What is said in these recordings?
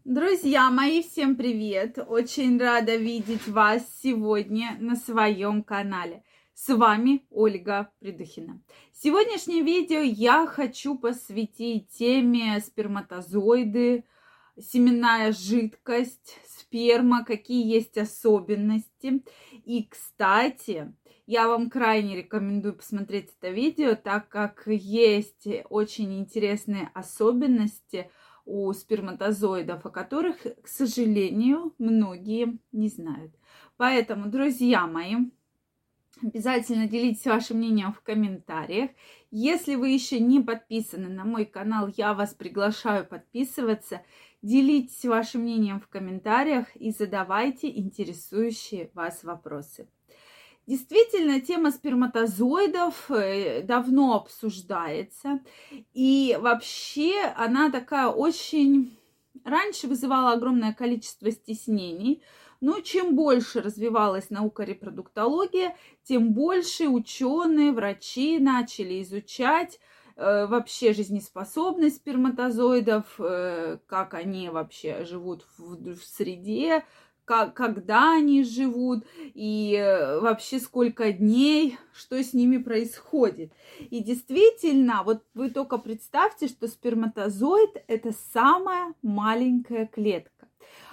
Друзья мои, всем привет! Очень рада видеть вас сегодня на своем канале. С вами Ольга Придухина. Сегодняшнее видео я хочу посвятить теме сперматозоиды, семенная жидкость, сперма, какие есть особенности. И, кстати, я вам крайне рекомендую посмотреть это видео, так как есть очень интересные особенности у сперматозоидов, о которых, к сожалению, многие не знают. Поэтому, друзья мои, обязательно делитесь вашим мнением в комментариях. Если вы еще не подписаны на мой канал, я вас приглашаю подписываться. Делитесь вашим мнением в комментариях и задавайте интересующие вас вопросы. Действительно, тема сперматозоидов давно обсуждается. И вообще она такая очень... Раньше вызывала огромное количество стеснений. Но чем больше развивалась наука репродуктология, тем больше ученые, врачи начали изучать вообще жизнеспособность сперматозоидов, как они вообще живут в среде, когда они живут и вообще сколько дней, что с ними происходит. И действительно, вот вы только представьте, что сперматозоид – это самая маленькая клетка.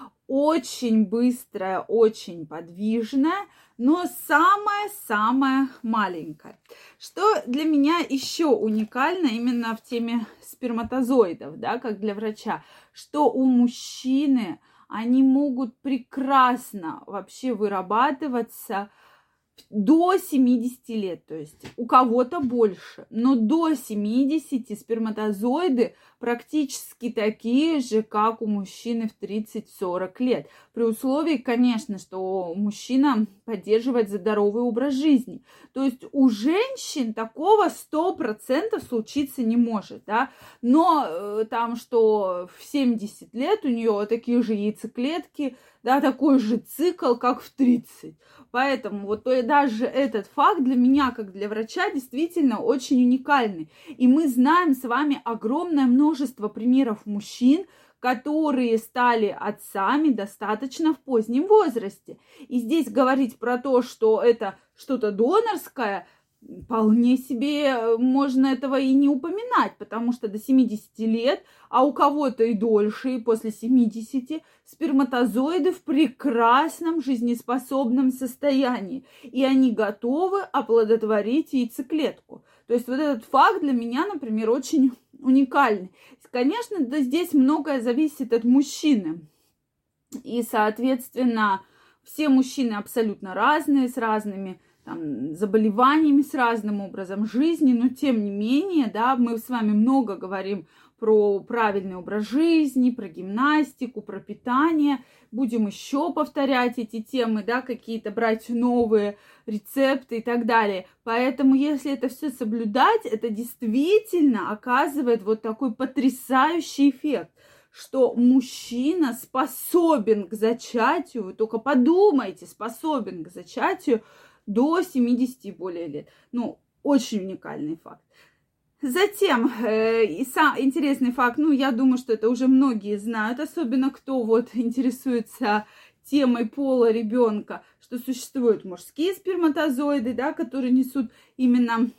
Очень быстрая, очень подвижная, но самая-самая маленькая. Что для меня еще уникально именно в теме сперматозоидов, да, как для врача, что у мужчины они могут прекрасно вообще вырабатываться до 70 лет, то есть у кого-то больше, но до 70 сперматозоиды практически такие же, как у мужчины в 30-40 лет. При условии, конечно, что мужчина поддерживает здоровый образ жизни. То есть у женщин такого 100% случиться не может, да, но там, что в 70 лет у нее такие же яйцеклетки, да, такой же цикл, как в 30. Поэтому вот даже этот факт для меня, как для врача, действительно очень уникальный. И мы знаем с вами огромное множество примеров мужчин, которые стали отцами достаточно в позднем возрасте. И здесь говорить про то, что это что-то донорское, вполне себе можно этого и не упоминать, потому что до 70 лет, а у кого-то и дольше, и после 70, сперматозоиды в прекрасном жизнеспособном состоянии, и они готовы оплодотворить яйцеклетку. То есть вот этот факт для меня, например, очень уникальный. Конечно, да, здесь многое зависит от мужчины, и, соответственно, все мужчины абсолютно разные, с разными заболеваниями, с разным образом жизни, но тем не менее, да, мы с вами много говорим про правильный образ жизни, про гимнастику, про питание. Будем еще повторять эти темы, да, какие-то брать новые рецепты и так далее. Поэтому, если это все соблюдать, это действительно оказывает вот такой потрясающий эффект, что мужчина способен к зачатию, вы только подумайте, способен к зачатию до 70 и более лет. Ну, очень уникальный факт. Затем, интересный факт, я думаю, что это уже многие знают, особенно кто вот интересуется темой пола ребенка, что существуют мужские сперматозоиды, да, которые несут именно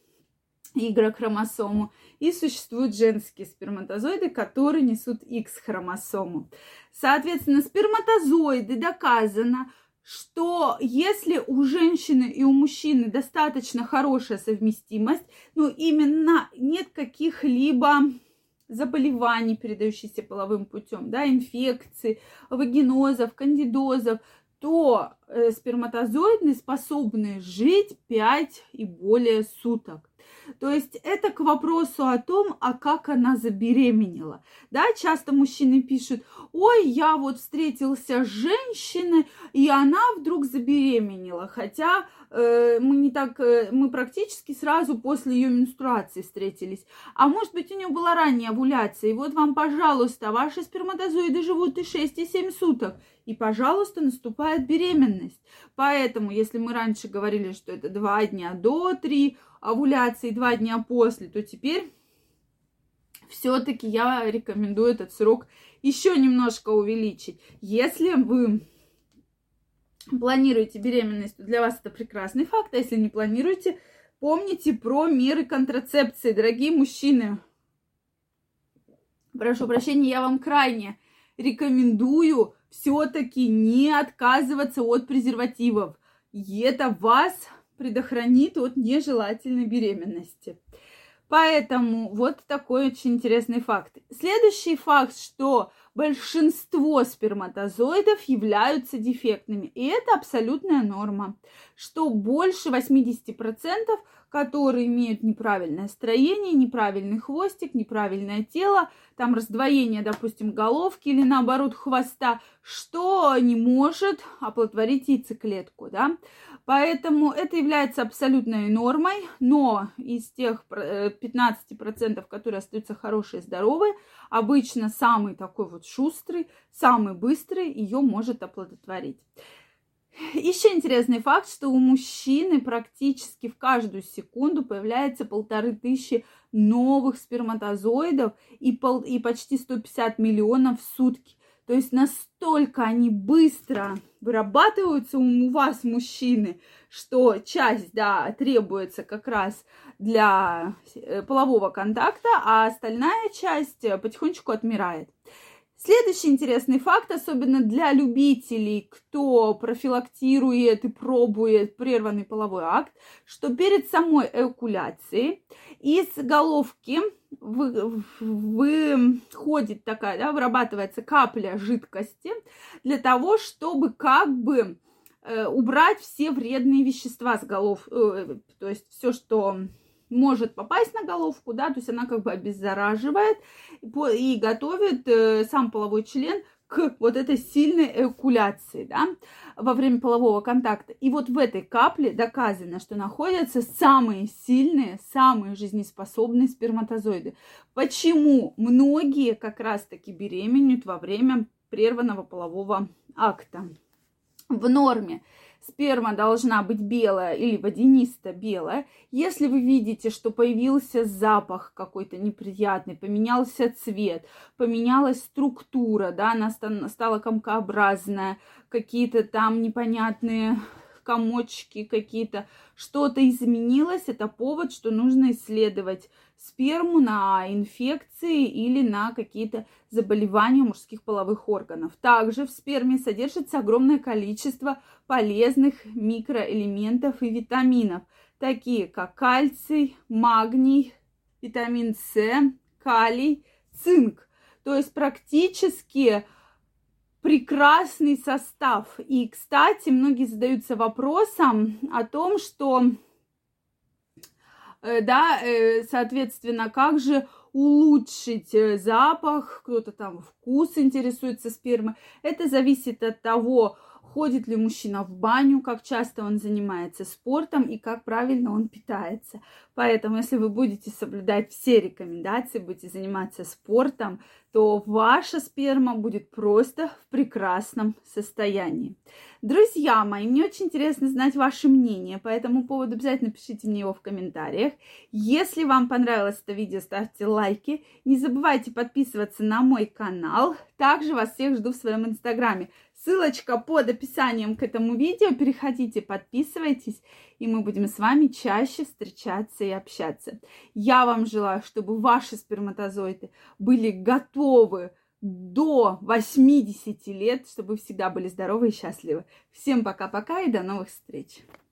Y-хромосому, и существуют женские сперматозоиды, которые несут X-хромосому. Соответственно, сперматозоиды доказано, что если у женщины и у мужчины достаточно хорошая совместимость, именно нет каких-либо заболеваний, передающихся половым путем, да, инфекций, вагинозов, кандидозов, то сперматозоиды способны жить 5 и более суток. То есть это к вопросу о том, а как она забеременела. Да, часто мужчины пишут: ой, я вот встретился с женщиной, и она вдруг забеременела. Хотя мы практически сразу после ее менструации встретились. А может быть, у нее была ранняя овуляция. И вот вам, пожалуйста, ваши сперматозоиды живут и 6, и 7 суток. И, пожалуйста, наступает беременность. Поэтому, если мы раньше говорили, что это 2 дня до 3 овуляции, 2 дня после, то теперь все-таки я рекомендую этот срок еще немножко увеличить. Если вы планируете беременность, то для вас это прекрасный факт, а если не планируете, помните про меры контрацепции, дорогие мужчины. Прошу прощения, я вам крайне рекомендую все-таки не отказываться от презервативов. И это вас предохранит от нежелательной беременности. Поэтому вот такой очень интересный факт. Следующий факт, что большинство сперматозоидов являются дефектными. И это абсолютная норма. Что больше 80%, которые имеют неправильное строение, неправильный хвостик, неправильное тело, там раздвоение, допустим, головки или наоборот хвоста, что не может оплодотворить яйцеклетку, да. Поэтому это является абсолютной нормой, но из тех 15%, которые остаются хорошие и здоровые, обычно самый такой вот шустрый, самый быстрый ее может оплодотворить. Еще интересный факт, что у мужчины практически в каждую секунду появляется 1500 новых сперматозоидов и почти 150 миллионов в сутки. То есть настолько они быстро вырабатываются у вас, мужчины, что часть, да, требуется как раз для полового контакта, а остальная часть потихонечку отмирает. Следующий интересный факт, особенно для любителей, кто профилактирует и пробует прерванный половой акт, что перед самой эякуляцией из головки выходит такая, да, вырабатывается капля жидкости для того, чтобы как бы убрать все вредные вещества с голов, то есть все, что может попасть на головку, да, то есть она как бы обеззараживает и готовит сам половой член к вот этой сильной эякуляции, да, во время полового контакта. И вот в этой капле доказано, что находятся самые сильные, самые жизнеспособные сперматозоиды. Почему многие как раз-таки беременеют во время прерванного полового акта? В норме сперма должна быть белая или водянисто-белая. Если вы видите, что появился запах какой-то неприятный, поменялся цвет, поменялась структура, да, она стала комкообразная, какие-то там непонятные комочки какие-то, что-то изменилось, это повод, что нужно исследовать сперму на инфекции или на какие-то заболевания мужских половых органов. Также в сперме содержится огромное количество полезных микроэлементов и витаминов, такие как кальций, магний, витамин С, калий, цинк. То есть практически прекрасный состав. И, кстати, многие задаются вопросом о том, что, да, соответственно, как же улучшить запах, кто-то там вкус интересуется спермы. Это зависит от того, ходит ли мужчина в баню, как часто он занимается спортом и как правильно он питается. Поэтому, если вы будете соблюдать все рекомендации, будете заниматься спортом, то ваша сперма будет просто в прекрасном состоянии. Друзья мои, мне очень интересно знать ваше мнение по этому поводу. Обязательно пишите мне его в комментариях. Если вам понравилось это видео, ставьте лайки. Не забывайте подписываться на мой канал. Также вас всех жду в своем инстаграме. Ссылочка под описанием к этому видео. Переходите, подписывайтесь, и мы будем с вами чаще встречаться и общаться. Я вам желаю, чтобы ваши сперматозоиды были готовы до 80 лет, чтобы вы всегда были здоровы и счастливы. Всем пока-пока и до новых встреч!